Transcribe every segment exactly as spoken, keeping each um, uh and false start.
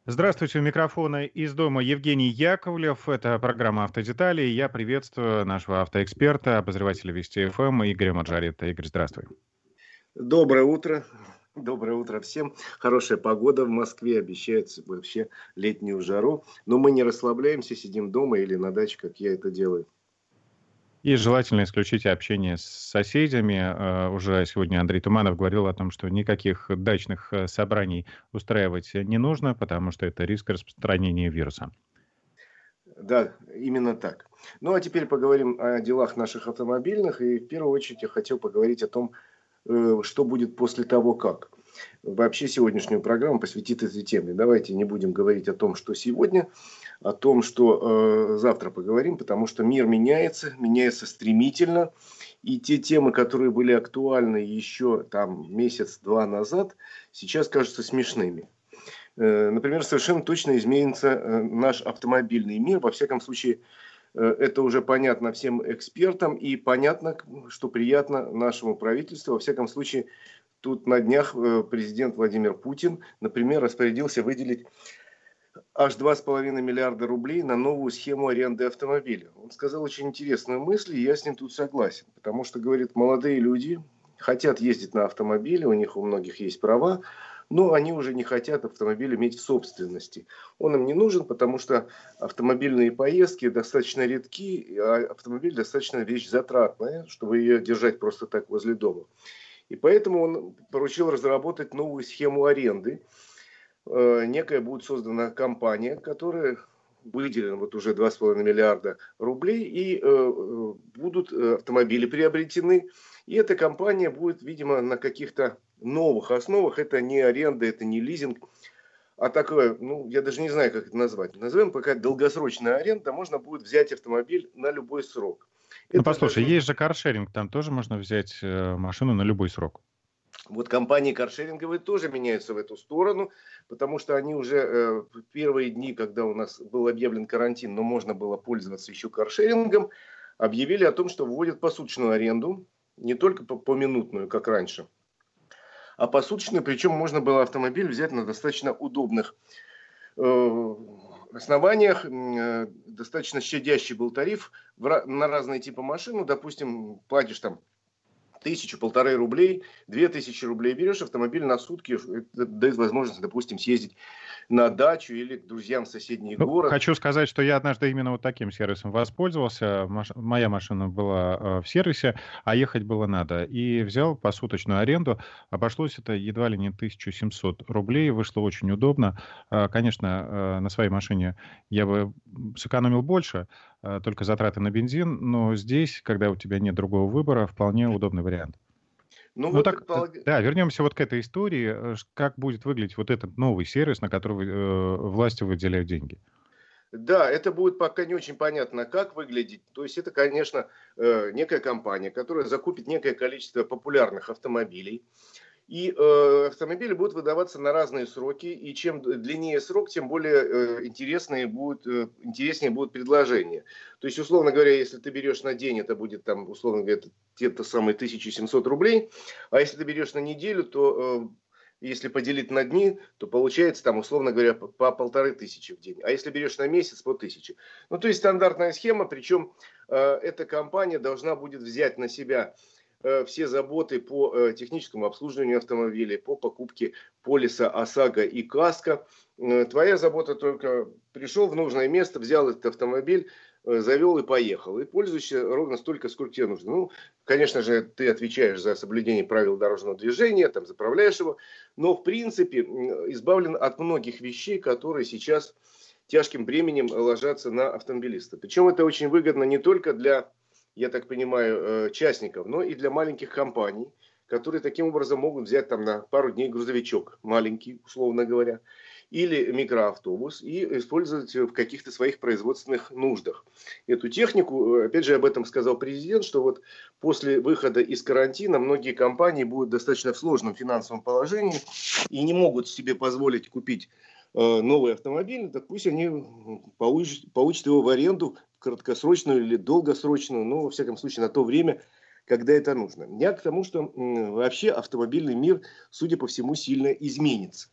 Здравствуйте, у микрофона из дома Евгений Яковлев. Это программа «Автодетали». Я приветствую нашего автоэксперта, обозревателя Вести эф эм Игоря Маджарита. Игорь, здравствуй. Доброе утро. Доброе утро всем. Хорошая погода в Москве. Обещается вообще летнюю жару. Но мы не расслабляемся, сидим дома или на даче, как я это делаю. И желательно исключить общение с соседями. Э, Уже сегодня Андрей Туманов говорил о том, что никаких дачных э, собраний устраивать не нужно, потому что это риск распространения вируса. Да, именно так. Ну а теперь поговорим о делах наших автомобильных. И в первую очередь я хотел поговорить о том, э, что будет после того, как. Вообще сегодняшнюю программу посвятит этой теме. Давайте не будем говорить о том, что сегодня, о том, что э, завтра поговорим, потому что мир меняется, меняется стремительно. И те темы, которые были актуальны еще там месяц-два назад, сейчас кажутся смешными. Э, Например, совершенно точно изменится э, наш автомобильный мир. Во всяком случае, э, это уже понятно всем экспертам и понятно, что приятно нашему правительству. Во всяком случае, тут на днях э, президент Владимир Путин, например, распорядился выделить аж два с половиной миллиарда рублей на новую схему аренды автомобиля. Он сказал очень интересную мысль, и я с ним тут согласен. Потому что, говорит, молодые люди хотят ездить на автомобиле, у них у многих есть права, но они уже не хотят автомобиль иметь в собственности. Он им не нужен, потому что автомобильные поездки достаточно редки, а автомобиль достаточно вещь затратная, чтобы ее держать просто так возле дома. И поэтому он поручил разработать новую схему аренды. Э, Некая будет создана компания, которая выделена вот уже два с половиной миллиарда рублей, и э, э, будут э, автомобили приобретены. И эта компания будет, видимо, на каких-то новых основах. Это не аренда, это не лизинг, а такое, ну, я даже не знаю, как это назвать. Назовем пока долгосрочная аренда. Можно будет взять автомобиль на любой срок. Ну, Это послушай, должно есть же каршеринг, там тоже можно взять э, машину на любой срок. Вот компании каршеринговые тоже меняются в эту сторону, потому что они уже э, в первые дни, когда у нас был объявлен карантин, но можно было пользоваться еще каршерингом, объявили о том, что вводят посуточную аренду, не только по- поминутную, как раньше, а посуточную, причем можно было автомобиль взять на достаточно удобных э, основаниях. М, э, Достаточно щадящий был тариф в ра- на разные типы машин. Ну, допустим, платишь там тысячу, полторы рублей, две тысячи рублей берешь автомобиль на сутки, это дает возможность, допустим, съездить на дачу или к друзьям в соседний Ну, город. хочу сказать, что я однажды именно вот таким сервисом воспользовался. Маш- Моя машина была э, в сервисе, а ехать было надо. И взял посуточную аренду. Обошлось это едва ли не тысяча семьсот рублей. Вышло очень удобно. Э, Конечно, э, на своей машине я бы м, сэкономил больше, э, только затраты на бензин. Но здесь, когда у тебя нет другого выбора, вполне удобный вариант. Ну Ну вот, так, э, предполаг- да, вернемся вот к этой истории. Э, ш- Как будет выглядеть вот этот новый сервис, на который вы, э, власти выделяют деньги? да, это будет пока не очень понятно, как выглядеть. То есть это, конечно, э, некая компания, которая закупит некое количество популярных автомобилей. И э, автомобили будут выдаваться на разные сроки, и чем длиннее срок, тем более э, интереснее будут, э, интереснее будут предложения. То есть, условно говоря, если ты берешь на день, это будет там, условно говоря, те-то самые тысяча семьсот рублей, а если ты берешь на неделю, то э, если поделить на дни, то получается там, условно говоря, по, по полторы тысячи в день. А если берешь на месяц, по тысяче. Ну, то есть стандартная схема, причем э, эта компания должна будет взять на себя э, все заботы по э, техническому обслуживанию автомобиля, по покупке полиса ОСАГО и КАСКО. Э, твоя забота только пришел в нужное место, взял этот автомобиль, э, завел и поехал. И пользуешься ровно столько, сколько тебе нужно. Ну, конечно же, ты отвечаешь за соблюдение правил дорожного движения, там, заправляешь его, но в принципе м, избавлен от многих вещей, которые сейчас тяжким бременем ложатся на автомобилиста. Причем это очень выгодно не только для, я так понимаю, э, частников, но и для маленьких компаний, которые таким образом могут взять там на пару дней грузовичок маленький, условно говоря, или микроавтобус и использовать в каких-то своих производственных нуждах эту технику. Опять же, об этом сказал президент, что вот после выхода из карантина многие компании будут достаточно в сложном финансовом положении и не могут себе позволить купить э, новый автомобиль, так пусть они получат, получат его в аренду, краткосрочную или долгосрочную, но во всяком случае на то время, когда это нужно. Я к тому, что вообще автомобильный мир, судя по всему, сильно изменится.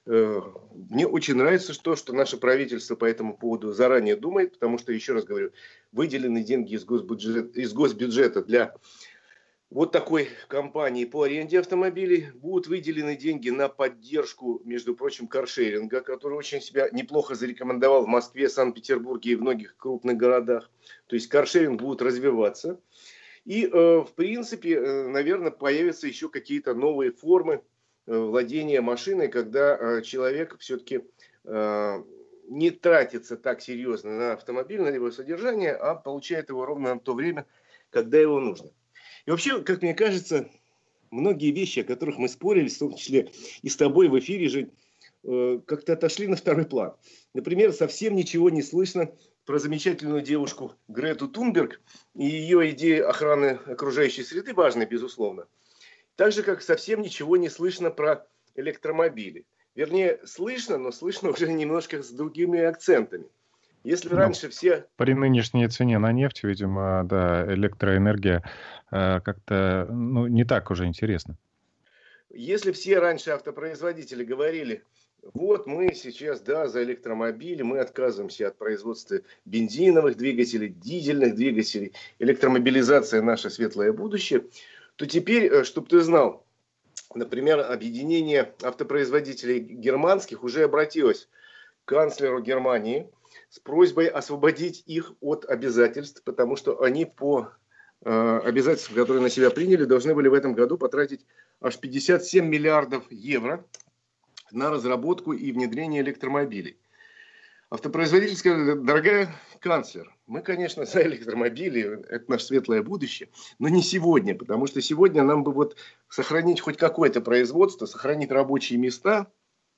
Мне очень нравится то, что наше правительство по этому поводу заранее думает, потому что, еще раз говорю, выделены деньги из госбюджета, из госбюджета для вот такой компании по аренде автомобилей. Будут выделены деньги на поддержку, между прочим, каршеринга, который очень себя неплохо зарекомендовал в Москве, Санкт-Петербурге и в многих крупных городах. То есть каршеринг будет развиваться. И, э, в принципе, э, наверное, появятся еще какие-то новые формы э, владения машиной, когда э, человек все-таки э, не тратится так серьезно на автомобиль, на его содержание, а получает его ровно на то время, когда его нужно. И вообще, как мне кажется, многие вещи, о которых мы спорили, в том числе и с тобой в эфире, Жень, э, как-то отошли на второй план. Например, совсем ничего не слышно про замечательную девушку Грету Тунберг и ее идеи охраны окружающей среды, важны, безусловно. Так же, как совсем ничего не слышно про электромобили. Вернее, слышно, но слышно уже немножко с другими акцентами. Если Ну, раньше все... при нынешней цене на нефть, видимо, да, электроэнергия э, как-то ну, не так уже интересна. Если все раньше автопроизводители говорили, вот мы сейчас, да, за электромобили, мы отказываемся от производства бензиновых двигателей, дизельных двигателей, электромобилизация наше светлое будущее, то теперь, чтобы ты знал, например, объединение автопроизводителей германских уже обратилось к канцлеру Германии с просьбой освободить их от обязательств, потому что они по э, обязательствам, которые на себя приняли, должны были в этом году потратить аж пятьдесят семь миллиардов евро на разработку и внедрение электромобилей. Автопроизводитель сказал, дорогая канцлер, мы, конечно, за электромобили, это наше светлое будущее, но не сегодня, потому что сегодня нам бы вот сохранить хоть какое-то производство, сохранить рабочие места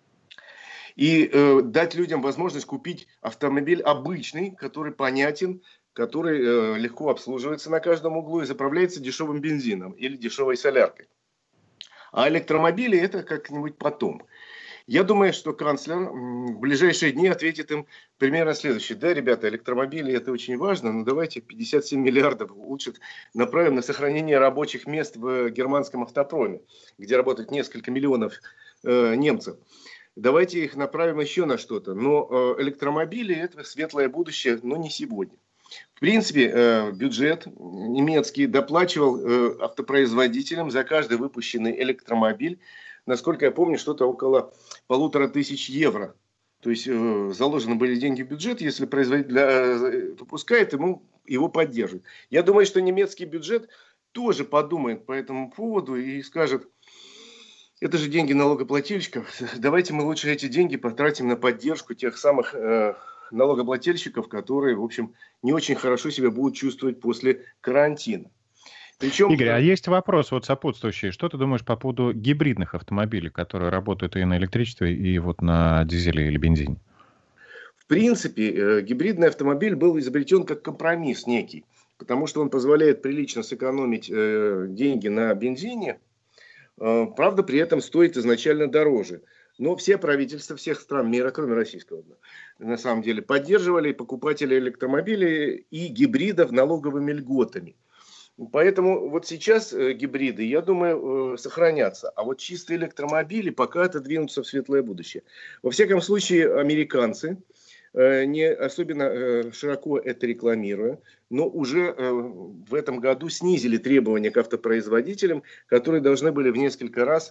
и э, дать людям возможность купить автомобиль обычный, который понятен, который э, легко обслуживается на каждом углу и заправляется дешевым бензином или дешевой соляркой. А электромобили это как-нибудь потом. Я думаю, что канцлер в ближайшие дни ответит им примерно следующее. Да, ребята, электромобили это очень важно, но давайте пятьдесят семь миллиардов лучше направим на сохранение рабочих мест в германском автопроме, где работает несколько миллионов э, немцев. Давайте их направим еще на что-то. Но э, электромобили это светлое будущее, но не сегодня. В принципе, э, бюджет немецкий доплачивал э, автопроизводителям за каждый выпущенный электромобиль, насколько я помню, что-то около полутора тысяч евро. То есть э, заложены были деньги в бюджет, если производитель э, выпускает, ему его поддерживают. Я думаю, что немецкий бюджет тоже подумает по этому поводу и скажет, это же деньги налогоплательщиков, давайте мы лучше эти деньги потратим на поддержку тех самых э, налогоплательщиков, которые, в общем, не очень хорошо себя будут чувствовать после карантина. Причем... Игорь, а есть вопрос вот сопутствующий. Что ты думаешь по поводу гибридных автомобилей, которые работают и на электричестве, и вот на дизеле или бензине? В принципе, гибридный автомобиль был изобретен как компромисс некий, потому что он позволяет прилично сэкономить деньги на бензине. Правда, при этом стоит изначально дороже. Но все правительства всех стран мира, кроме российского, на самом деле, поддерживали покупателей электромобилей и гибридов налоговыми льготами. Поэтому вот сейчас гибриды, я думаю, сохранятся. А вот чистые электромобили пока отодвинутся в светлое будущее. Во всяком случае, американцы, не особенно широко это рекламируя, но уже в этом году снизили требования к автопроизводителям, которые должны были в несколько раз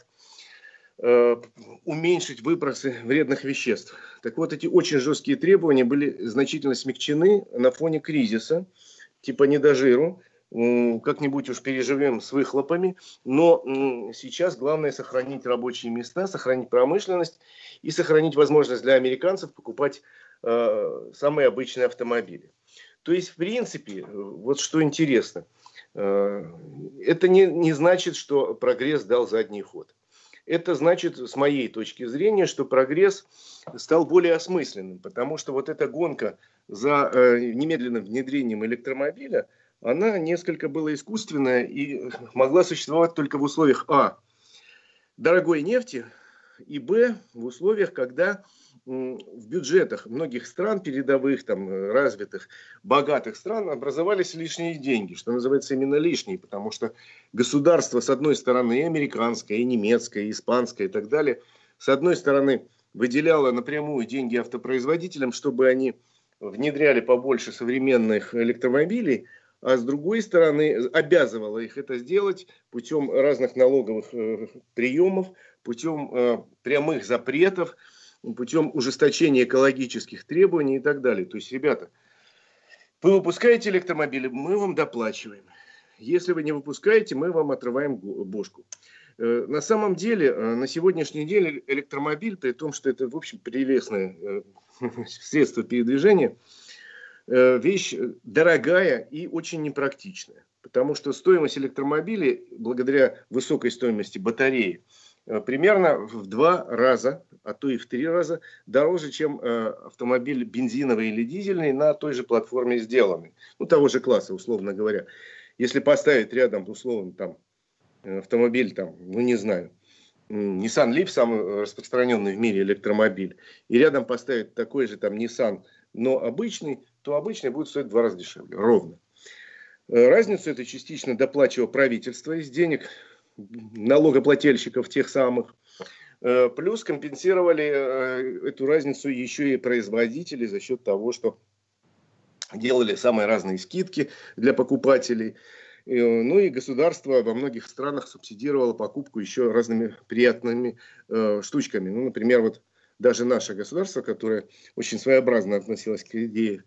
уменьшить выбросы вредных веществ. Так вот, эти очень жесткие требования были значительно смягчены на фоне кризиса, типа не до жиру. Как-нибудь уж переживем с выхлопами, но сейчас главное сохранить рабочие места, сохранить промышленность и сохранить возможность для американцев покупать э, самые обычные автомобили. То есть, в принципе, вот что интересно, э, это не, не значит, что прогресс дал задний ход. Это значит, с моей точки зрения, что прогресс стал более осмысленным, потому что вот эта гонка за э, немедленным внедрением электромобиля, она несколько была искусственная и могла существовать только в условиях а. дорогой нефти и б. в условиях, когда в бюджетах многих стран, передовых, там, развитых, богатых стран, образовались лишние деньги, что называется именно лишние, потому что государство, с одной стороны, и американское, и немецкое, и испанское, и так далее, с одной стороны, выделяло напрямую деньги автопроизводителям, чтобы они внедряли побольше современных электромобилей, а с другой стороны, обязывала их это сделать путем разных налоговых э, приемов, путем э, прямых запретов, путем ужесточения экологических требований и так далее. То есть, ребята, вы выпускаете электромобили, мы вам доплачиваем. Если вы не выпускаете, мы вам отрываем бошку. На самом деле, на сегодняшний день электромобиль, при том, что это, в общем, прелестное средство передвижения, вещь дорогая и очень непрактичная. Потому что стоимость электромобилей, благодаря высокой стоимости батареи, примерно в два раза, а то и в три раза дороже, чем автомобиль бензиновый или дизельный на той же платформе сделанный. Ну, того же класса, условно говоря. Если поставить рядом, условно, там, автомобиль, там, ну, не знаю, Nissan Leaf, самый распространенный в мире электромобиль, и рядом поставить такой же там Nissan, но обычный, то обычный будет стоить в два раза дешевле, ровно. Разницу это частично доплачивало правительство из денег налогоплательщиков тех самых. Плюс компенсировали эту разницу еще и производители за счет того, что делали самые разные скидки для покупателей. Ну и государство во многих странах субсидировало покупку еще разными приятными штучками. Ну, например, вот даже наше государство, которое очень своеобразно относилось к идее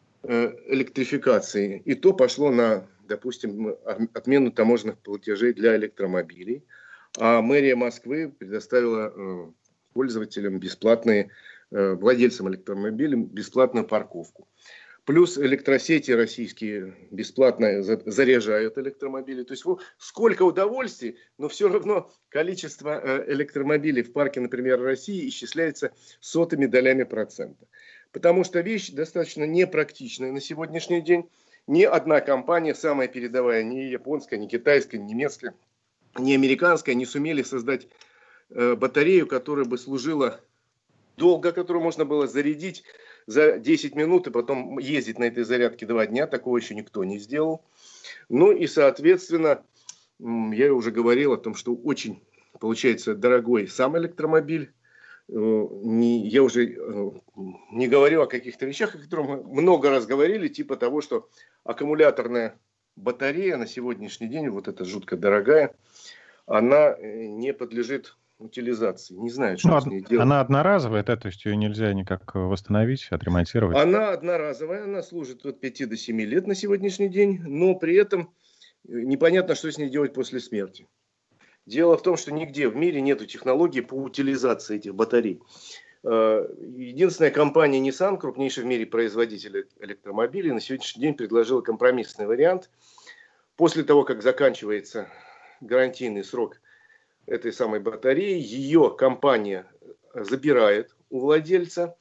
электрификации, и то пошло на, допустим, отмену таможенных платежей для электромобилей. А мэрия Москвы предоставила пользователям бесплатные, владельцам электромобилей бесплатную парковку. Плюс электросети российские бесплатно заряжают электромобили. То есть сколько удовольствий, но все равно количество электромобилей в парке, например, России исчисляется сотыми долями процента. Потому что вещь достаточно непрактичная на сегодняшний день. Ни одна компания, самая передовая, ни японская, ни китайская, ни немецкая, ни американская, не сумели создать батарею, которая бы служила долго, которую можно было зарядить за десять минут и потом ездить на этой зарядке два дня. Такого еще никто не сделал. Ну и, соответственно, я уже говорил о том, что очень получается дорогой сам электромобиль. Я уже не говорю о каких-то вещах, о которых мы много раз говорили, типа того, что аккумуляторная батарея на сегодняшний день, вот эта жутко дорогая, она не подлежит утилизации. Не знаю, что ну, с ней делать. Она одноразовая, да, то есть ее нельзя никак восстановить, отремонтировать? Она одноразовая, она служит от пяти до семи лет на сегодняшний день, но при этом непонятно, что с ней делать после смерти. Дело в том, что нигде в мире нет технологии по утилизации этих батарей. Единственная компания Nissan, крупнейший в мире производитель электромобилей, на сегодняшний день предложила компромиссный вариант. После того, как заканчивается гарантийный срок этой самой батареи, ее компания забирает у владельца,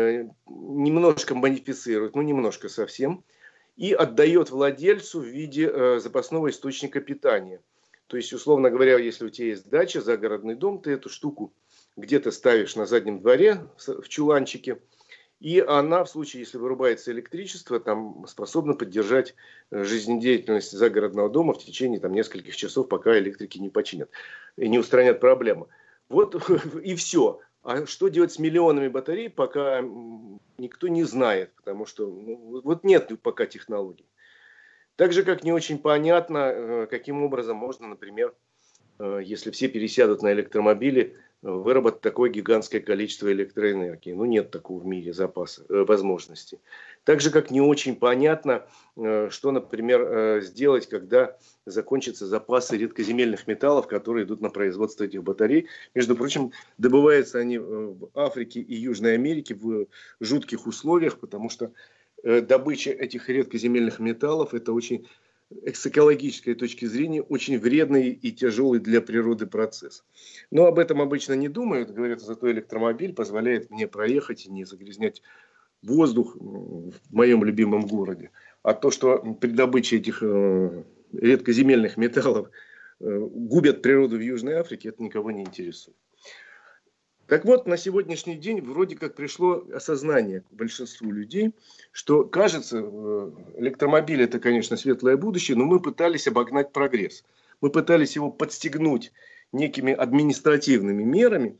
немножко модифицирует, ну немножко совсем, и отдает владельцу в виде запасного источника питания. То есть, условно говоря, если у тебя есть дача, загородный дом, ты эту штуку где-то ставишь на заднем дворе в чуланчике, и она, в случае, если вырубается электричество, там, способна поддержать жизнедеятельность загородного дома в течение там, нескольких часов, пока электрики не починят и не устранят проблему. Вот и все. А что делать с миллионами батарей, пока никто не знает, потому что ну, вот нет пока технологий. Так же, как не очень понятно, каким образом можно, например, если все пересядут на электромобили, выработать такое гигантское количество электроэнергии. Ну, нет такого в мире запаса, возможности. Так же, как не очень понятно, что, например, сделать, когда закончатся запасы редкоземельных металлов, которые идут на производство этих батарей. Между прочим, добываются они в Африке и Южной Америке в жутких условиях, потому что добыча этих редкоземельных металлов – это очень, с экологической точки зрения, очень вредный и тяжелый для природы процесс. Но об этом обычно не думают. Говорят, зато электромобиль позволяет мне проехать и не загрязнять воздух в моем любимом городе. А то, что при добыче этих редкоземельных металлов губят природу в Южной Африке, это никого не интересует. Так вот, на сегодняшний день вроде как пришло осознание к большинству людей, что, кажется, э, электромобиль это, конечно, светлое будущее, но мы пытались обогнать прогресс. Мы пытались его подстегнуть некими административными мерами,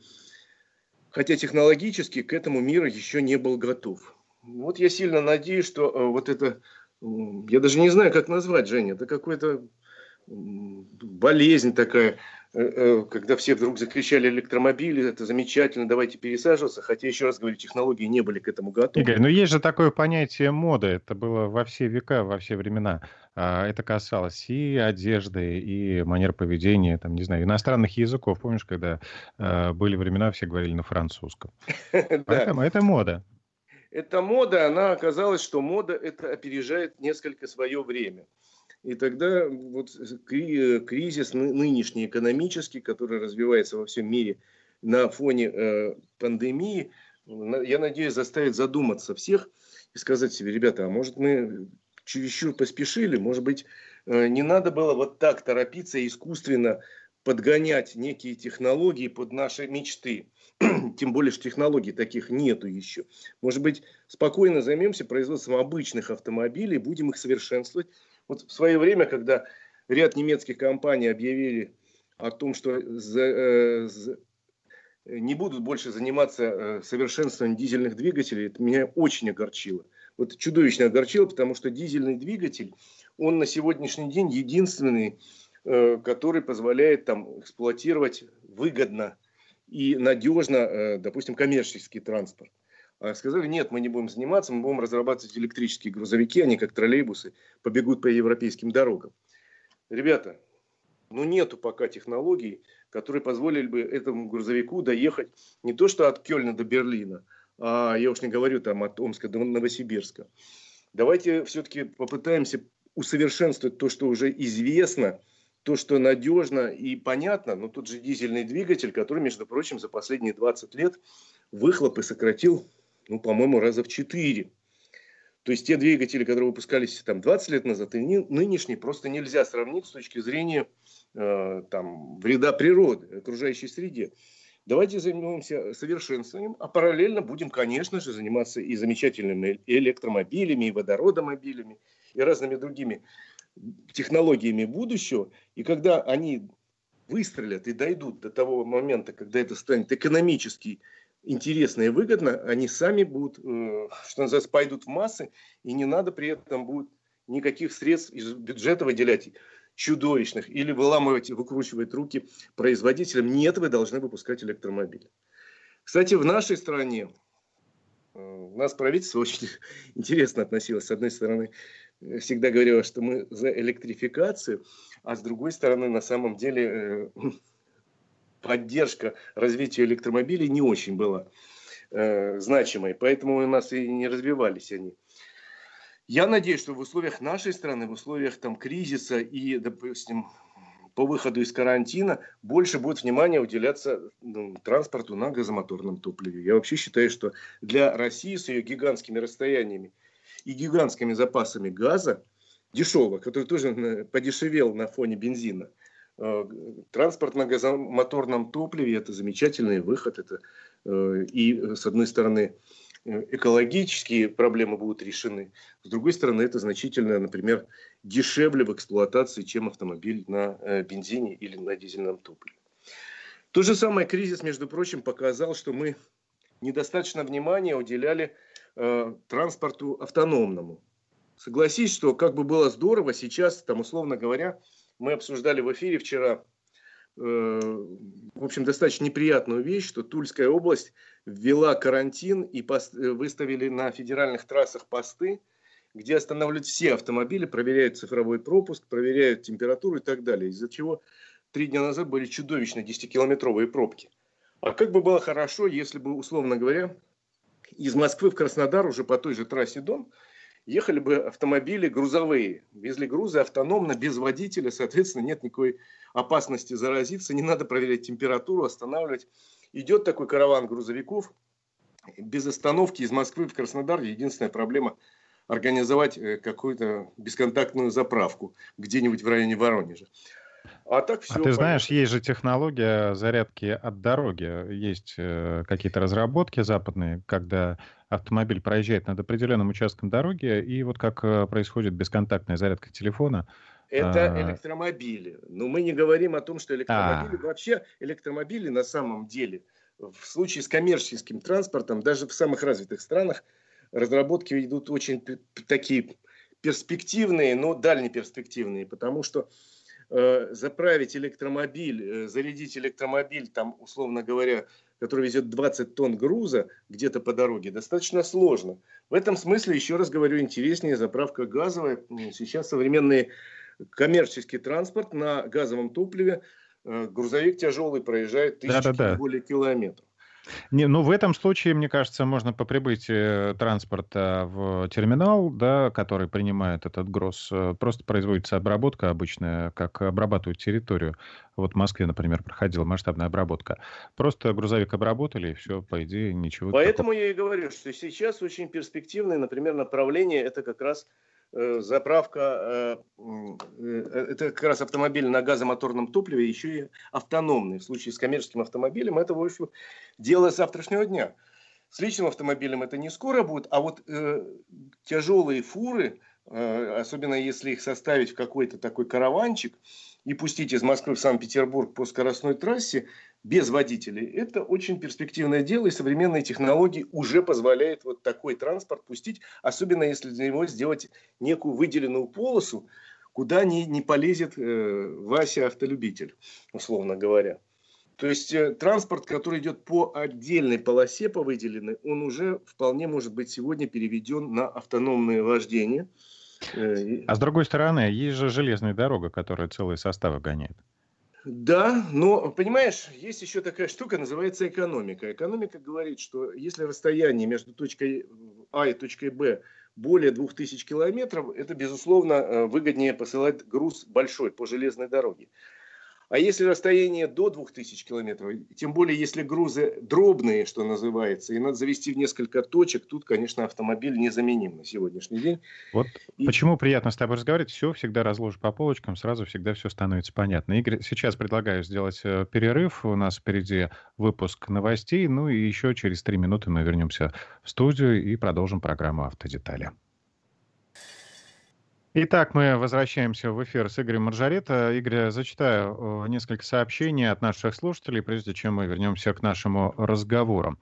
хотя технологически к этому мир еще не был готов. Вот я сильно надеюсь, что э, вот это, м, я даже не знаю, как назвать, Женя, это какой-то м, болезнь такая, э, э, когда все вдруг закричали электромобили, это замечательно, давайте пересаживаться, хотя, еще раз говорю, технологии не были к этому готовы. Игорь, ну есть же такое понятие мода, это было во все века, во все времена. А, Это касалось и одежды, и манер поведения, там, не знаю, иностранных языков. Помнишь, когда а, были времена, все говорили на французском. Да, Поэтому это мода. эта мода, она оказалась, что мода это опережает несколько свое время. И тогда вот кри- кризис ны- нынешний экономический, который развивается во всем мире на фоне э, пандемии, на- я надеюсь, заставит задуматься всех и сказать себе, ребята, а может мы чересчур поспешили, может быть, э, не надо было вот так торопиться и искусственно подгонять некие технологии под наши мечты. Тем более, что технологий таких нету еще. Может быть, спокойно займемся производством обычных автомобилей, будем их совершенствовать. Вот в свое время, когда ряд немецких компаний объявили о том, что за, э, за- не будут больше заниматься э, совершенствованием дизельных двигателей, это меня очень огорчило. Вот чудовищно огорчило, потому что дизельный двигатель, он на сегодняшний день единственный, э, который позволяет там эксплуатировать выгодно и надежно, э, допустим, коммерческий транспорт. А сказали, нет, мы не будем заниматься, мы будем разрабатывать электрические грузовики, они как троллейбусы побегут по европейским дорогам. Ребята, ну нету пока технологий, которые позволили бы этому грузовику доехать не то что от Кёльна до Берлина, а я уж не говорю там от Омска до Новосибирска. Давайте все-таки попытаемся усовершенствовать то, что уже известно, то, что надежно и понятно. Но тот же дизельный двигатель, который, между прочим, за последние двадцать лет выхлопы сократил, ну, по-моему, раза в четыре. То есть те двигатели, которые выпускались там двадцать лет назад, и нынешние просто нельзя сравнить с точки зрения э, там, вреда природы, окружающей среде. Давайте займемся совершенствованием, а параллельно будем, конечно же, заниматься и замечательными электромобилями, и водородомобилями, и разными другими технологиями будущего. И когда они выстрелят и дойдут до того момента, когда это станет экономически интересно и выгодно, они сами будут, э, что называется, пойдут в массы, и не надо при этом будет никаких средств из бюджета выделять чудовищных или выламывать, выкручивать руки производителям. Нет, вы должны выпускать электромобили. Кстати, в нашей стране э, у нас правительство очень интересно относилось. С одной стороны, всегда говорило, что мы за электрификацию, а с другой стороны, на самом деле, э, поддержка развития электромобилей не очень была э, значимой, поэтому у нас и не развивались они. Я надеюсь, что в условиях нашей страны, в условиях там, кризиса и, допустим, по выходу из карантина больше будет внимания уделяться ну, транспорту на газомоторном топливе. Я вообще считаю, что для России с ее гигантскими расстояниями и гигантскими запасами газа, дешевого, который тоже подешевел на фоне бензина, транспорт на газомоторном топливе – это замечательный выход. Это, и, с одной стороны, экологические проблемы будут решены. С другой стороны, это значительно, например, дешевле в эксплуатации, чем автомобиль на бензине или на дизельном топливе. То же самое кризис, между прочим, показал, что мы недостаточно внимания уделяли э, транспорту автономному. Согласись, что как бы было здорово сейчас, там, условно говоря, мы обсуждали в эфире вчера, э, в общем, достаточно неприятную вещь, что Тульская область ввела карантин и пост- выставили на федеральных трассах посты, где останавливают все автомобили, проверяют цифровой пропуск, проверяют температуру и так далее. Из-за чего три дня назад были чудовищно десятикилометровые пробки. А как бы было хорошо, если бы, условно говоря, из Москвы в Краснодар уже по той же трассе Дон ехали бы автомобили грузовые, везли грузы автономно, без водителя, соответственно, нет никакой опасности заразиться, не надо проверять температуру, останавливать. Идет такой караван грузовиков, без остановки из Москвы в Краснодар. Единственная проблема организовать какую-то бесконтактную заправку где-нибудь в районе Воронежа. А так А все, ты знаешь, поехали. есть же технология зарядки от дороги. Есть э, какие-то разработки западные, когда автомобиль проезжает над определенным участком дороги, и вот как э, происходит бесконтактная зарядка телефона. Это э, электромобили. Но мы не говорим о том, что электромобили... А, Вообще электромобили на самом деле в случае с коммерческим транспортом, даже в самых развитых странах, разработки идут очень п- п- такие перспективные, но дальнеперспективные, потому что э, заправить электромобиль, э, зарядить электромобиль, там, условно говоря, который везет двадцать тонн груза где-то по дороге, достаточно сложно. В этом смысле, еще раз говорю, интереснее заправка газовая. М, Сейчас современные коммерческий транспорт на газовом топливе, э, грузовик тяжелый проезжает тысячи и да-да-да. более километров. Не, ну, в этом случае, мне кажется, можно по прибытии транспорта в терминал, да, который принимает этот груз, э, просто производится обработка обычная, как обрабатывают территорию. Вот в Москве, например, проходила масштабная обработка. Просто грузовик обработали, и все, по идее, ничего такого. Поэтому я и говорю, что сейчас очень перспективное, например, направление, это как раз э, заправка, э, э, это как раз автомобиль на газомоторном топливе, еще и автономный. В случае с коммерческим автомобилем это, в общем, дело завтрашнего дня. С личным автомобилем это не скоро будет, а вот э, тяжелые фуры, э, особенно если их составить в какой-то такой караванчик и пустить из Москвы в Санкт-Петербург по скоростной трассе без водителей, это очень перспективное дело, и современные технологии уже позволяют вот такой транспорт пустить, особенно если для него сделать некую выделенную полосу, куда не, не полезет э, Вася автолюбитель, условно говоря. То есть э, транспорт, который идет по отдельной полосе, по выделенной, он уже вполне может быть сегодня переведен на автономное вождение. Э, А с другой стороны, есть же железная дорога, которая целые составы гоняет. Да, но, понимаешь, есть еще такая штука, называется экономика. Экономика говорит, что если расстояние между точкой А и точкой Б более двух тысяч километров, это, безусловно, э, выгоднее посылать груз большой по железной дороге. А если расстояние до двух тысяч километров, тем более если грузы дробные, что называется, и надо завести в несколько точек, тут, конечно, автомобиль незаменим на сегодняшний день. Вот И почему приятно с тобой разговаривать. Все всегда разложишь по полочкам, сразу всегда все становится понятно. Игорь, сейчас предлагаю сделать э, перерыв. У нас впереди выпуск новостей. Ну и еще через три минуты мы вернемся в студию и продолжим программу «Автодетали». Итак, мы возвращаемся в эфир с Игорем Маржарета. Игорь, зачитаю э, несколько сообщений от наших слушателей, прежде чем мы вернемся к нашему разговору.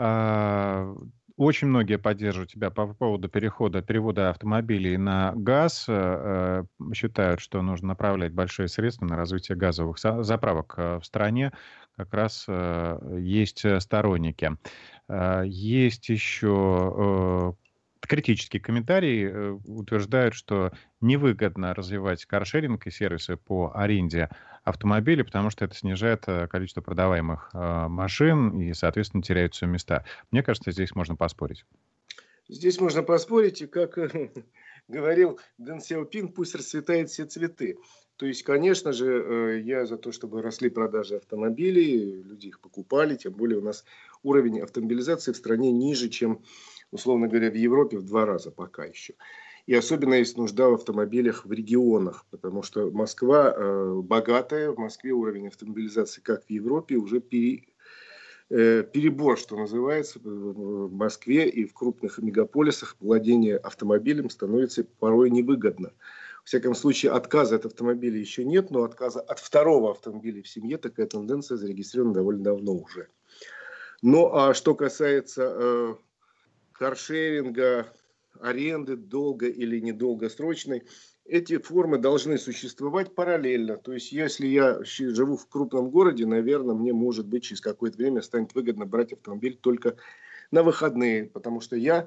А, Очень многие поддерживают тебя по поводу перехода, перевода автомобилей на газ. Э, э, Считают, что нужно направлять большие средства на развитие газовых за- заправок э, в стране. Как раз э, есть э, сторонники. Э, Есть еще э, критические комментарии, э, утверждают, что невыгодно развивать каршеринг и сервисы по аренде автомобилей, потому что это снижает э, количество продаваемых э, машин и, соответственно, теряются места. Мне кажется, здесь можно поспорить. здесь можно поспорить, и как э, говорил Дэн Сяопин, пусть расцветают все цветы. То есть, конечно же, э, я за то, чтобы росли продажи автомобилей, люди их покупали, тем более у нас уровень автомобилизации в стране ниже, чем, условно говоря, в Европе в два раза пока еще. И особенно есть нужда в автомобилях в регионах, потому что Москва э, богатая, в Москве уровень автомобилизации, как в Европе, уже пере, э, перебор, что называется, в Москве и в крупных мегаполисах владение автомобилем становится порой невыгодно. В всяком случае, отказа от автомобиля еще нет, но отказа от второго автомобиля в семье такая тенденция зарегистрирована довольно давно уже. Ну, а что касается э, каршеринга, аренды долго или недолгосрочной, эти формы должны существовать параллельно. То есть, если я живу в крупном городе, наверное, мне, может быть, через какое-то время станет выгодно брать автомобиль только на выходные, потому что я,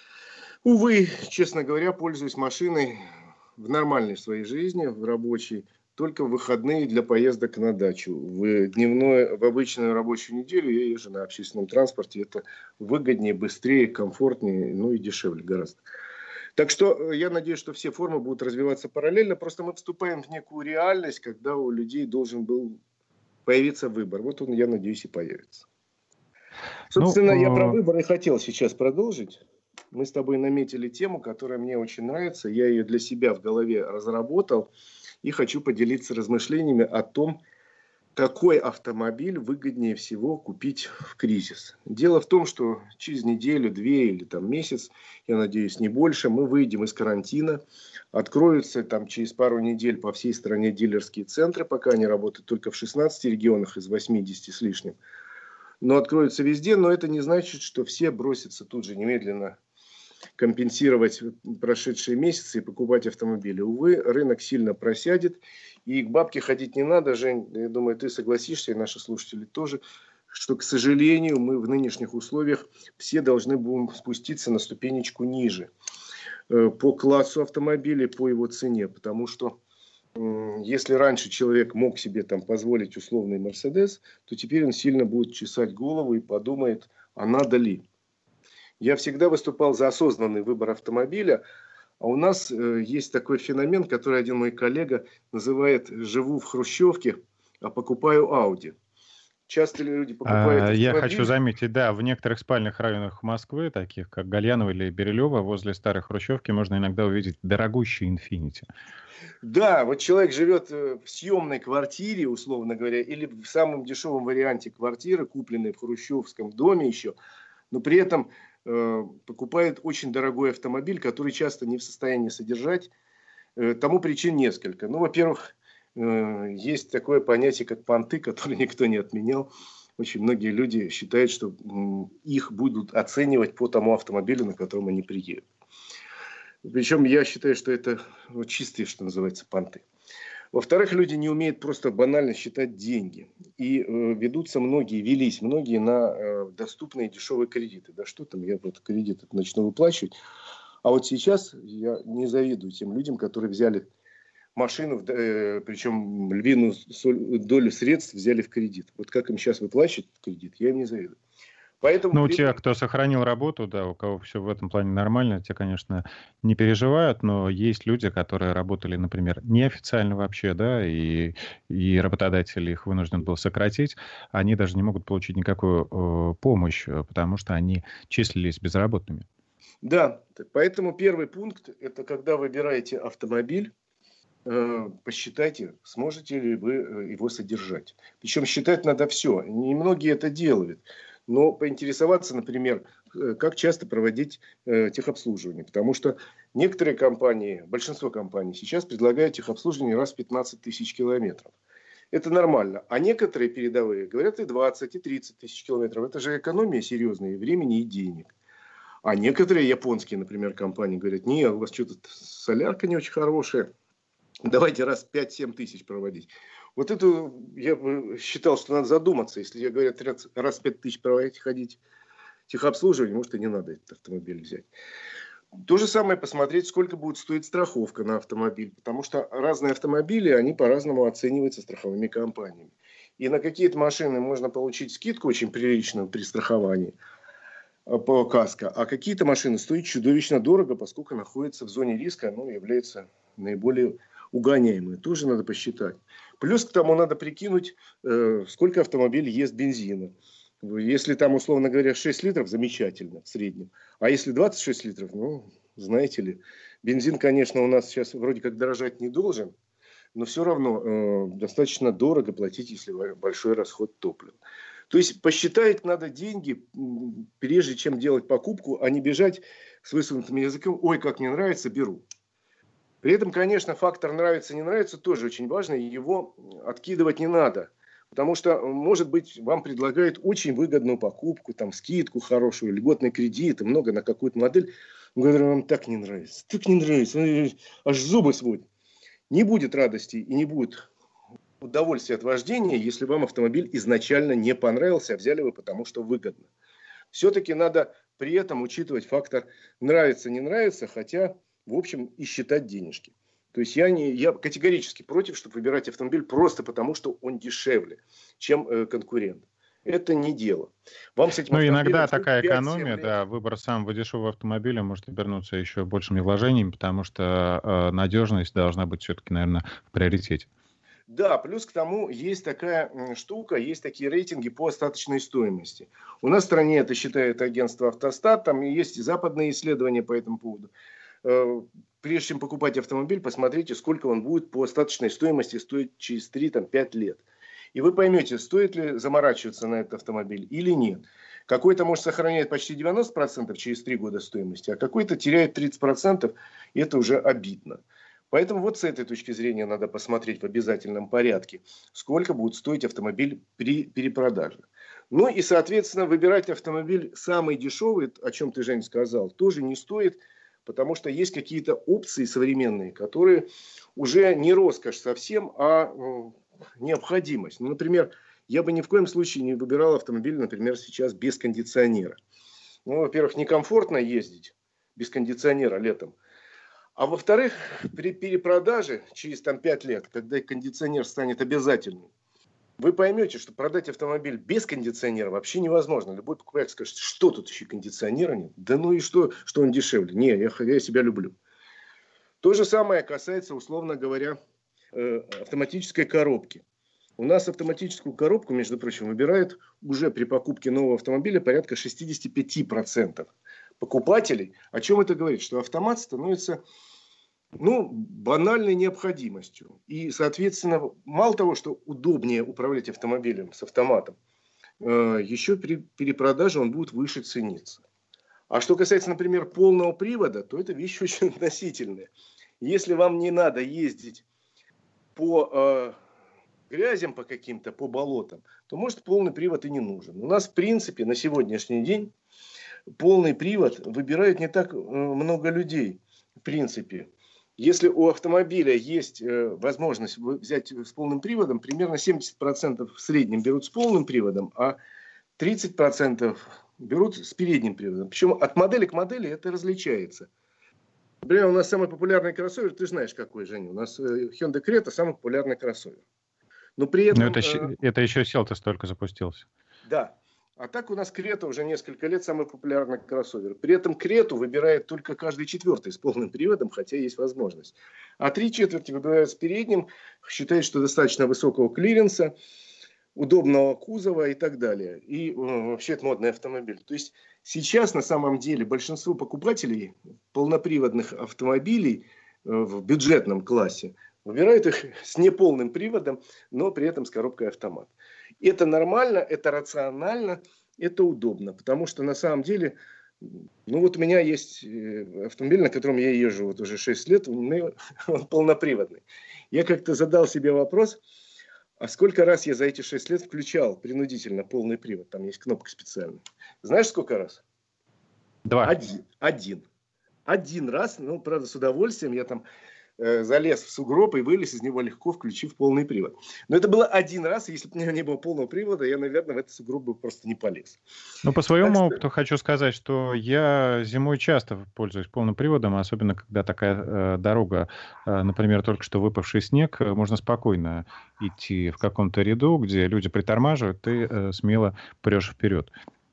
увы, честно говоря, пользуюсь машиной в нормальной своей жизни, в рабочей, только в выходные для поездок на дачу. В дневное, в обычную рабочую неделю я езжу на общественном транспорте. Это выгоднее, быстрее, комфортнее, ну и дешевле гораздо. Так что я надеюсь, что все формы будут развиваться параллельно. Просто мы вступаем в некую реальность, когда у людей должен был появиться выбор. Вот он, я надеюсь, и появится. Ну, Собственно, я про э, выбор и хотел сейчас продолжить. Мы с тобой наметили тему, которая мне очень нравится. Я ее для себя в голове разработал. и хочу поделиться размышлениями о том, какой автомобиль выгоднее всего купить в кризис. Дело в том, что через неделю, две или там месяц, я надеюсь, не больше, мы выйдем из карантина. Откроются там через пару недель по всей стране дилерские центры, пока они работают только в шестнадцати регионах из восьмидесяти с лишним. Но откроются везде, но это не значит, что все бросятся тут же немедленно компенсировать прошедшие месяцы и покупать автомобили. Увы, рынок сильно просядет, и к бабке ходить не надо. Жень, я думаю, ты согласишься, и наши слушатели тоже, что, к сожалению, мы в нынешних условиях все должны будем спуститься на ступенечку ниже по классу автомобиля, по его цене, потому что если раньше человек мог себе там позволить условный Мерседес, то теперь он сильно будет чесать голову и подумает, а надо ли. Я всегда выступал за осознанный выбор автомобиля, а у нас э, есть такой феномен, который один мой коллега называет «живу в хрущевке, а покупаю Ауди». Часто ли люди покупают А, автомобиль? Я хочу заметить, да, в некоторых спальных районах Москвы, таких как Гальяново или Бирюлево, возле старой хрущевки можно иногда увидеть дорогущий «Инфинити». Да, вот человек живет в съемной квартире, условно говоря, или в самом дешевом варианте квартиры, купленной в хрущевском доме еще, но при этом э, покупает очень дорогой автомобиль, который часто не в состоянии содержать. Э, тому причин несколько. Ну, во-первых, э, есть такое понятие, как понты, которое никто не отменял. Очень многие люди считают, что э, их будут оценивать по тому автомобилю, на котором они приедут. Причем я считаю, что это вот, чистые, что называется, понты. Во-вторых, люди не умеют просто банально считать деньги. И э, ведутся многие, велись многие на э, доступные дешевые кредиты. Да что там, я вот кредит этот начну выплачивать. А вот сейчас я не завидую тем людям, которые взяли машину, э, причем львиную долю средств взяли в кредит. Вот как им сейчас выплачивать кредит, я им не завидую. Поэтому Ну, у при... тех, кто сохранил работу, да, у кого все в этом плане нормально, те, конечно, не переживают, но есть люди, которые работали, например, неофициально вообще, да, и, и работодатель их вынужден был сократить, они даже не могут получить никакую э, помощь, потому что они числились безработными. Да, поэтому первый пункт, это когда выбираете автомобиль, э, посчитайте, сможете ли вы его содержать. Причем считать надо все. Немногие это делают. Но поинтересоваться, например, как часто проводить э, техобслуживание. Потому что некоторые компании, большинство компаний сейчас предлагают техобслуживание раз в пятнадцать тысяч километров. Это нормально. А некоторые передовые говорят и двадцать, и тридцать тысяч километров. Это же экономия серьезная и времени, и денег. А некоторые японские, например, компании говорят, не, у вас что-то солярка не очень хорошая. Давайте раз пять-семь тысяч проводить. Вот это я бы считал, что надо задуматься. Если говорят раз пять тысяч проводить, ходить техобслуживание, может и не надо этот автомобиль взять. То же самое посмотреть, сколько будет стоить страховка на автомобиль. Потому что разные автомобили, они по-разному оцениваются страховыми компаниями. И на какие-то машины можно получить скидку очень приличную при страховании по каско, а какие-то машины стоят чудовищно дорого, поскольку находятся в зоне риска, ну, являются наиболее угоняемые. Тоже надо посчитать. Плюс к тому надо прикинуть, э, сколько автомобиль ест бензина. Если там, условно говоря, шесть литров, замечательно в среднем. А если двадцать шесть литров, ну, знаете ли, бензин, конечно, у нас сейчас вроде как дорожать не должен, но все равно э, достаточно дорого платить, если большой расход топлива. То есть посчитать надо деньги, прежде чем делать покупку, а не бежать с высунутым языком. Ой, как мне нравится, беру. При этом, конечно, фактор нравится, не нравится тоже очень важный. Его откидывать не надо. Потому что, может быть, вам предлагают очень выгодную покупку, там, скидку хорошую, льготный кредит, и много на какую-то модель. Говорю, вам так не нравится, так не нравится, аж зубы сводят. Не будет радости и не будет удовольствие от вождения, если вам автомобиль изначально не понравился, а взяли вы потому, что выгодно. Все-таки надо при этом учитывать фактор нравится, не нравится, хотя, в общем, и считать денежки. То есть я, не, я категорически против, чтобы выбирать автомобиль просто потому, что он дешевле, чем э, конкурент. Это не дело. Вам с этим ну, иногда автомобилем такая пять-семь экономия, лет. да, выбор самого дешевого автомобиля может обернуться еще большими вложениями, потому что э, надежность должна быть все-таки, наверное, в приоритете. Да, плюс к тому есть такая штука, есть такие рейтинги по остаточной стоимости. У нас в стране это считает агентство «Автостат», там есть и западные исследования по этому поводу. прежде чем покупать автомобиль, посмотрите, сколько он будет по остаточной стоимости стоить через три-пять лет. И вы поймете, стоит ли заморачиваться на этот автомобиль или нет. Какой-то, может, сохраняет почти девяносто процентов через три года стоимости, а какой-то теряет тридцать процентов, и это уже обидно. Поэтому вот с этой точки зрения надо посмотреть в обязательном порядке, сколько будет стоить автомобиль при перепродаже. Ну и, соответственно, выбирать автомобиль самый дешевый, о чем ты, Жень, сказал, тоже не стоит, потому что есть какие-то опции современные, которые уже не роскошь совсем, а необходимость. Ну, например, я бы ни в коем случае не выбирал автомобиль, например, сейчас без кондиционера. Ну, во-первых, некомфортно ездить без кондиционера летом. А во-вторых, при перепродаже через там, пять лет, когда кондиционер станет обязательным, вы поймете, что продать автомобиль без кондиционера вообще невозможно. Любой покупатель скажет, что тут еще кондиционера нет? Да ну и что, что он дешевле? Не, я, я себя люблю. То же самое касается, условно говоря, автоматической коробки. У нас автоматическую коробку, между прочим, выбирают уже при покупке нового автомобиля порядка шестьдесят пять процентов покупателей. О чем это говорит? Что автомат становится ну, банальной необходимостью. И, соответственно, мало того, что удобнее управлять автомобилем с автоматом, еще при перепродаже он будет выше цениться. А что касается, например, полного привода, то это вещь очень относительная. Если вам не надо ездить по э, грязям по каким-то, по болотам, то, может, полный привод и не нужен. У нас, в принципе, на сегодняшний день полный привод выбирают не так много людей. В принципе, если у автомобиля есть э, возможность взять с полным приводом, примерно семьдесят процентов в среднем берут с полным приводом, а тридцать процентов берут с передним приводом. Причем от модели к модели это различается. Например, у нас самый популярный кроссовер, ты знаешь какой, Женя, у нас Hyundai Creta самый популярный кроссовер. Но при этом... Но это, э, это еще Селтос только запустился. Да. А так у нас Крета уже несколько лет самый популярный кроссовер. При этом Крету выбирает только каждый четвертый с полным приводом, хотя есть возможность. А три четверти выбирают с передним, считают, что достаточно высокого клиренса, удобного кузова и так далее. И э, вообще это модный автомобиль. То есть сейчас на самом деле большинство покупателей полноприводных автомобилей э, в бюджетном классе выбирают их с неполным приводом, но при этом с коробкой автомат. Это нормально, это рационально, это удобно. Потому что на самом деле, ну вот у меня есть автомобиль, на котором я езжу вот уже шесть лет, он полноприводный. Я как-то задал себе вопрос, а сколько раз я за эти шесть лет включал принудительно полный привод? Там есть кнопка специальная. Знаешь, сколько раз? Два. Один. Один. Один раз, ну, правда, с удовольствием я там э, залез в сугроб и вылез из него легко, включив полный привод. Но это было один раз, и если бы у меня не было полного привода, я, наверное, в этот сугроб бы просто не полез. Ну, по своему так опыту что... хочу сказать, что я зимой часто пользуюсь полным приводом, особенно когда такая э, дорога, э, например, только что выпавший снег, можно спокойно идти в каком-то ряду, где люди притормаживают, ты э, смело прешь вперед.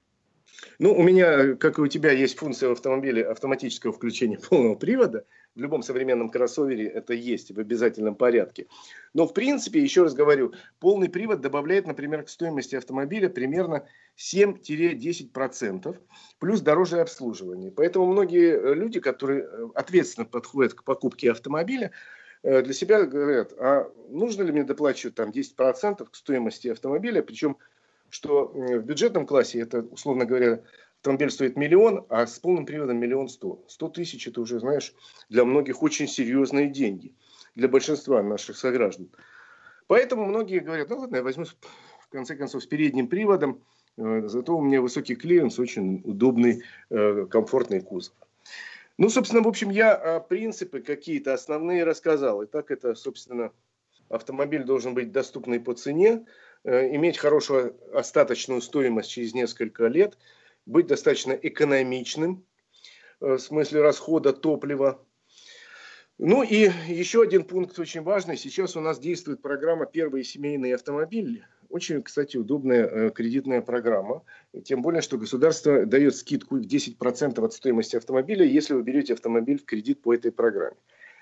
Ну, у меня, как и у тебя, есть функция в автомобиле автоматического включения полного привода. В любом современном кроссовере это есть в обязательном порядке. Но, в принципе, еще раз говорю, полный привод добавляет, например, к стоимости автомобиля примерно семь-десять процентов, плюс дорожное обслуживание. Поэтому многие люди, которые ответственно подходят к покупке автомобиля, для себя говорят, а нужно ли мне доплачивать там десять процентов к стоимости автомобиля, причем что в бюджетном классе это, условно говоря, автомобиль стоит миллион, а с полным приводом миллион сто. Сто тысяч это уже, знаешь, для многих очень серьезные деньги. Для большинства наших сограждан. Поэтому многие говорят, ну ладно, я возьму в конце концов с передним приводом, зато у меня высокий клиренс, очень удобный, комфортный кузов. Ну, собственно, в общем, я принципы какие-то основные рассказал. Итак, это, собственно, автомобиль должен быть доступный по цене, иметь хорошую остаточную стоимость через несколько лет, быть достаточно экономичным в смысле расхода топлива. Ну и еще один пункт очень важный. Сейчас у нас действует программа «Первые семейные автомобили». Очень, кстати, удобная кредитная программа. Тем более, что государство дает скидку в десять процентов от стоимости автомобиля, если вы берете автомобиль в кредит по этой программе.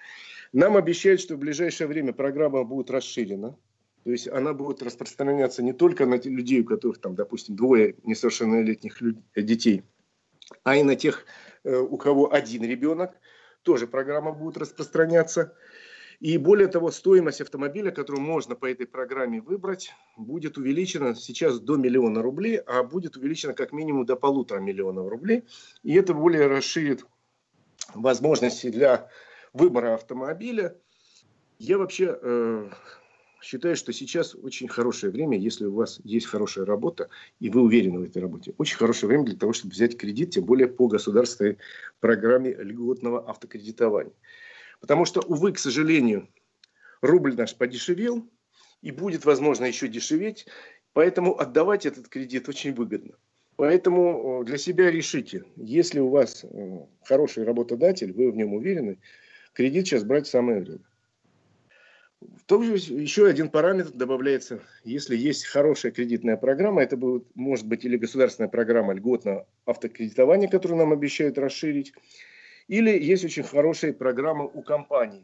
Нам обещают, что в ближайшее время программа будет расширена. То есть она будет распространяться не только на людей, у которых, там, допустим, двое несовершеннолетних детей, а и на тех, у кого один ребенок. тоже программа будет распространяться. И более того, стоимость автомобиля, которую можно по этой программе выбрать, будет увеличена сейчас до миллиона рублей, а будет увеличена как минимум до полутора миллионов рублей. И это более расширит возможности для выбора автомобиля. Я вообще э, считаю, что сейчас очень хорошее время, если у вас есть хорошая работа, и вы уверены в этой работе. Очень хорошее время для того, чтобы взять кредит, тем более по государственной программе льготного автокредитования. Потому что, увы, к сожалению, рубль наш подешевел и будет, возможно, еще дешеветь. Поэтому отдавать этот кредит очень выгодно. Поэтому для себя решите, если у вас хороший работодатель, вы в нем уверены, кредит сейчас брать самое время. Тоже еще один параметр добавляется, если есть хорошая кредитная программа, это будет, может быть или государственная программа льготного автокредитования, которую нам обещают расширить, или есть очень хорошая программа у компаний.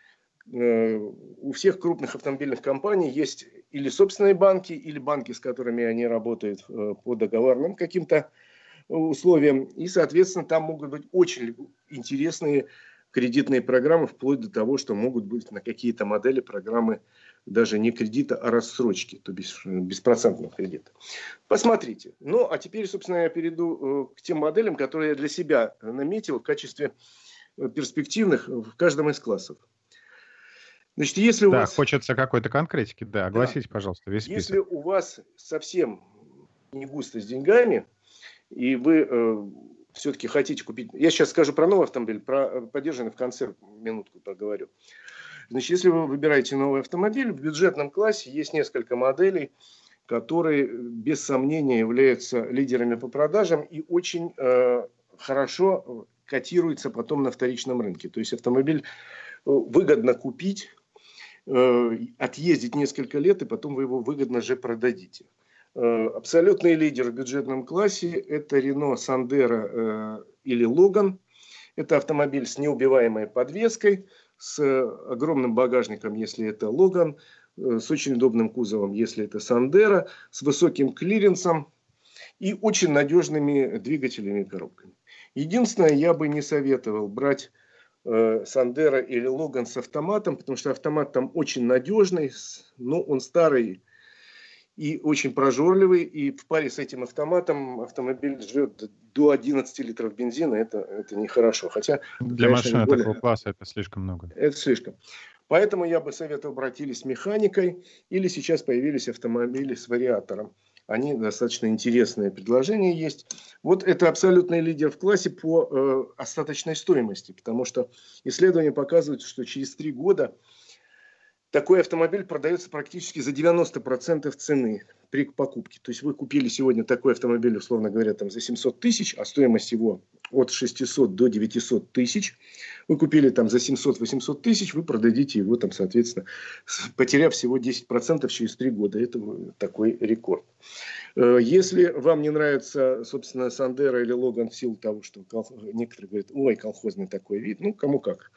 У всех крупных автомобильных компаний есть или собственные банки, или банки, с которыми они работают по договорным каким-то условиям. И, соответственно, там могут быть очень интересные кредитные программы, вплоть до того, что могут быть на какие-то модели программы даже не кредита, а рассрочки, то бишь беспроцентного кредита. Посмотрите. Ну, а теперь, собственно, я перейду к тем моделям, которые я для себя наметил в качестве перспективных в каждом из классов. Значит, если у да, вас... хочется какой-то конкретики, да, огласите, да. пожалуйста, весь список. Если у вас совсем не густо с деньгами, и вы э, все-таки хотите купить... Я сейчас скажу про новый автомобиль, про подержанный в конце минутку поговорю. Значит, если вы выбираете новый автомобиль, в бюджетном классе есть несколько моделей, которые без сомнения являются лидерами по продажам и очень э, хорошо котируются потом на вторичном рынке. То есть автомобиль выгодно купить, э, отъездить несколько лет, и потом вы его выгодно же продадите. Э, абсолютный лидер в бюджетном классе – это Renault Sandero э, или Logan. Это автомобиль с неубиваемой подвеской, с огромным багажником, если это Logan, с очень удобным кузовом, если это Sandero, с высоким клиренсом и очень надежными двигателями и коробками. Единственное, я бы не советовал брать э, Sandero или Logan с автоматом, потому что автомат там очень надежный, но он старый и очень прожорливый, и в паре с этим автоматом автомобиль жрет до одиннадцати литров бензина, это, это нехорошо. Хотя, для конечно, машины более... такого класса это слишком много. Это слишком. Поэтому я бы советовал обратились с механикой, или сейчас появились автомобили с вариатором. Они достаточно интересные предложения есть. Вот это абсолютный лидер в классе по э, остаточной стоимости, потому что исследования показывают, что через три года такой автомобиль продается практически за девяносто процентов цены при покупке. То есть вы купили сегодня такой автомобиль, условно говоря, там, за семьсот тысяч, а стоимость его от шестисот до девятисот тысяч. Вы купили там за семьсот-восемьсот тысяч, вы продадите его там, соответственно, потеряв всего десять процентов через три года. Это такой рекорд. Если вам не нравится, собственно, Sandero или Logan в силу того, что некоторые говорят, ой, колхозный такой вид, ну, кому как,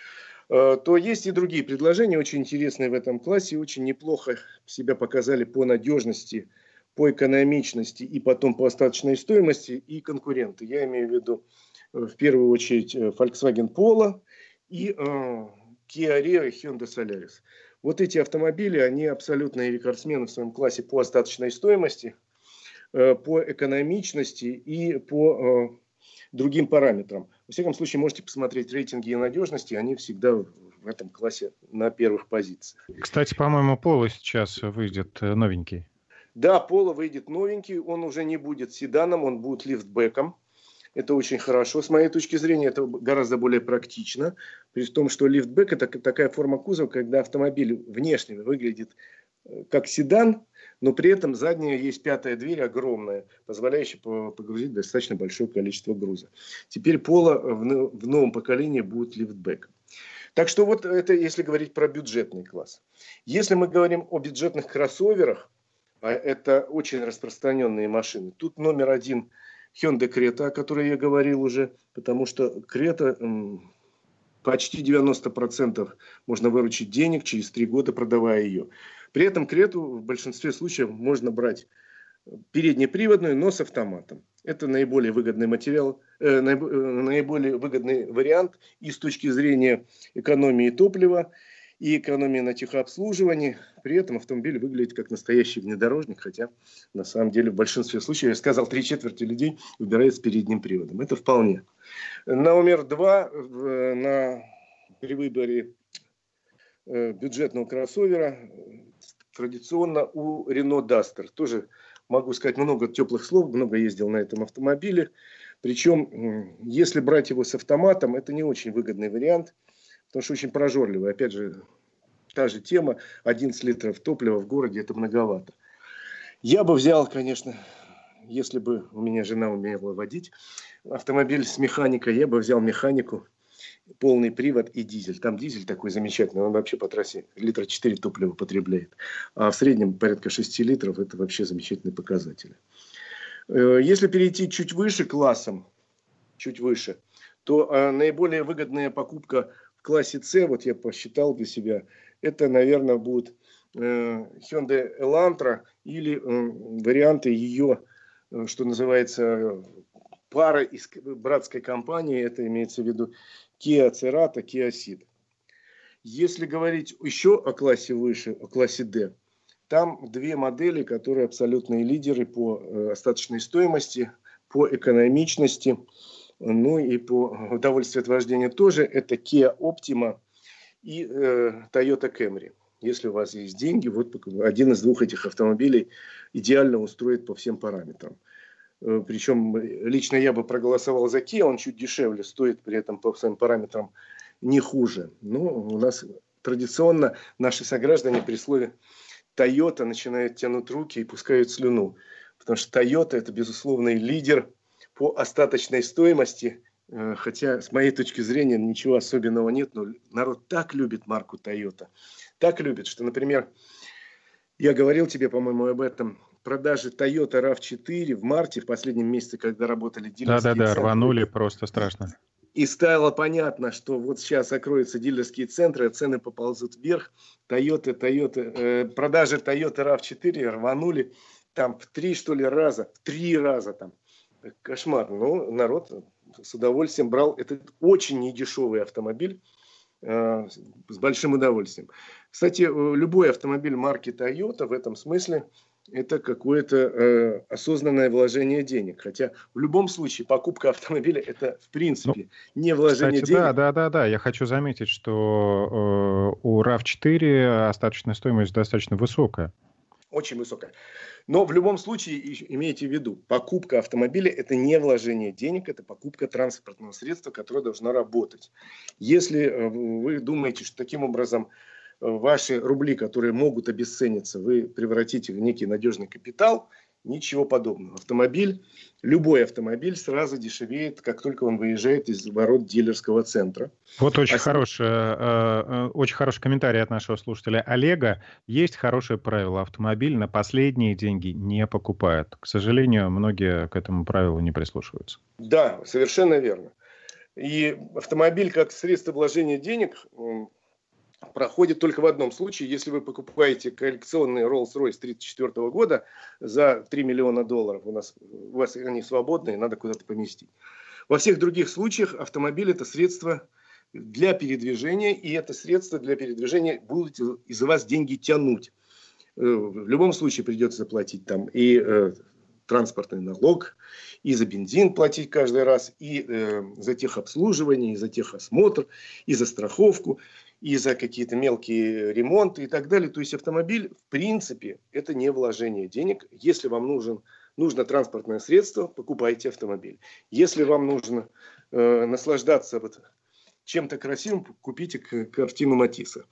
то есть и другие предложения, очень интересные в этом классе, очень неплохо себя показали по надежности, по экономичности и потом по остаточной стоимости и конкуренты. Я имею в виду в первую очередь Volkswagen Polo и э, Kia Rio и Hyundai Solaris. Вот эти автомобили, они абсолютные рекордсмены в своем классе по остаточной стоимости, э, по экономичности и по... Э, другим параметрам. Во всяком случае, можете посмотреть рейтинги и надежности, они всегда в этом классе на первых позициях. Кстати, по-моему, Polo сейчас выйдет новенький. Да, Polo выйдет новенький, он уже не будет седаном, он будет лифтбеком. Это очень хорошо, с моей точки зрения, это гораздо более практично. При том, что лифтбек – это такая форма кузова, когда автомобиль внешне выглядит как седан, но при этом задняя есть пятая дверь огромная, позволяющая погрузить достаточно большое количество груза. Теперь Polo в новом поколении будет лифтбэк. Так что вот это если говорить про бюджетный класс. Если мы говорим о бюджетных кроссоверах, а это очень распространенные машины, тут номер один Hyundai Creta, о которой я говорил уже, потому что Creta м, почти девяносто процентов можно выручить денег через три года, продавая ее. При этом Крету в большинстве случаев можно брать переднеприводную, но с автоматом. Это наиболее выгодный материал, э, наиболее выгодный вариант и с точки зрения экономии топлива, и экономии на техобслуживании. При этом автомобиль выглядит как настоящий внедорожник, хотя на самом деле в большинстве случаев, я сказал, три четверти людей выбирают с передним приводом. Это вполне. Номер два на, при выборе бюджетного кроссовера традиционно у Renault Duster. Тоже могу сказать много теплых слов, много ездил на этом автомобиле. Причем, если брать его с автоматом, это не очень выгодный вариант, потому что очень прожорливый. Опять же, та же тема, одиннадцать литров топлива в городе, это многовато. Я бы взял, конечно, если бы у меня жена умела водить автомобиль с механикой, я бы взял механику, полный привод и дизель. Там дизель такой замечательный, он вообще по трассе литра четыре топлива потребляет. А в среднем порядка шести литров, это вообще замечательные показатели. Если перейти чуть выше классом, чуть выше, то наиболее выгодная покупка в классе С, вот я посчитал для себя, это, наверное, будет Hyundai Elantra или варианты ее, что называется, пары из братской компании, это имеется в виду Kia Cerato, Kia Ceed. Если говорить еще о классе выше, о классе D, там две модели, которые абсолютные лидеры по остаточной стоимости, по экономичности, ну и по удовольствию от вождения тоже. Это Kia Optima и э, Toyota Camry. Если у вас есть деньги, вот один из двух этих автомобилей идеально устроит по всем параметрам. Причем лично я бы проголосовал за Kia, он чуть дешевле, стоит при этом по своим параметрам не хуже. Но у нас традиционно наши сограждане при слове Toyota начинают тянуть руки и пускают слюну. Потому что Toyota это безусловный лидер по остаточной стоимости. Хотя с моей точки зрения ничего особенного нет, но народ так любит марку Toyota. Так любит, что, например, я говорил тебе, по-моему, об этом, продажи Toyota рав четыре в марте, в последнем месяце, когда работали дилерские Да-да-да, центры. рванули просто страшно. И стало понятно, что вот сейчас закроются дилерские центры, цены поползут вверх. Toyota, Toyota, э, продажи Toyota рав четыре рванули там в три, что ли, раза, в три раза там. Кошмар. Но народ с удовольствием брал этот очень недешевый автомобиль э, с большим удовольствием. Кстати, любой автомобиль марки Toyota в этом смысле это какое-то э, осознанное вложение денег. Хотя в любом случае покупка автомобиля это в принципе ну, не вложение кстати, денег. Да, да, да, да. Я хочу заметить, что э, у рав четыре остаточная стоимость достаточно высокая. Очень высокая. Но в любом случае имейте в виду, покупка автомобиля это не вложение денег, это покупка транспортного средства, которое должно работать. Если вы думаете, что таким образом ваши рубли, которые могут обесцениться, вы превратите в некий надежный капитал, ничего подобного. Автомобиль, любой автомобиль сразу дешевеет, как только он выезжает из ворот дилерского центра. Вот очень, а хороший, э, очень хороший комментарий от нашего слушателя Олега. Есть хорошее правило. Автомобиль на последние деньги не покупают. К сожалению, многие к этому правилу не прислушиваются. Да, совершенно верно. И автомобиль как средство вложения денег проходит только в одном случае, если вы покупаете коллекционный Rolls-Royce тридцать четвёртого года за три миллиона долларов, у, нас, у вас они свободные, надо куда-то поместить. Во всех других случаях автомобиль это средство для передвижения, и это средство для передвижения будут из вас деньги тянуть. В любом случае придется заплатить там и э, транспортный налог, и за бензин платить каждый раз, и э, за техобслуживание, и за техосмотр, и за страховку, и за какие-то мелкие ремонты и так далее. То есть автомобиль, в принципе, это не вложение денег. Если вам нужен, нужно транспортное средство, покупайте автомобиль. Если вам нужно э, наслаждаться вот чем-то красивым, купите картину Матисса.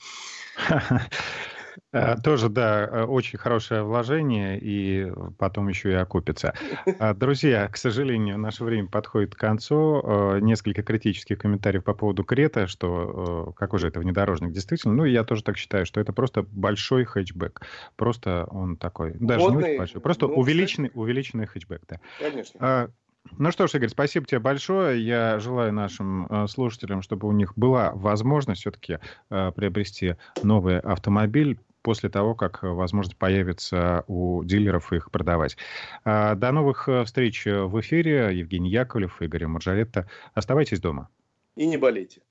Тоже, да, очень хорошее вложение, и потом еще и окупится. Друзья, к сожалению, наше время подходит к концу. Несколько критических комментариев по поводу Крета, что какой же это внедорожник действительно. Ну, я тоже так считаю, что это просто большой хэтчбэк. Просто он такой, даже Водный, не очень большой, просто ну, увеличенный, кстати, увеличенный хэтчбэк. Да. Конечно. Ну что ж, Игорь, спасибо тебе большое. Я желаю нашим э, слушателям, чтобы у них была возможность все-таки э, приобрести новый автомобиль. после того, как, возможно, появится у дилеров их продавать. До новых встреч в эфире. Евгений Яковлев, Игорь Маржаретта. Оставайтесь дома. И не болейте.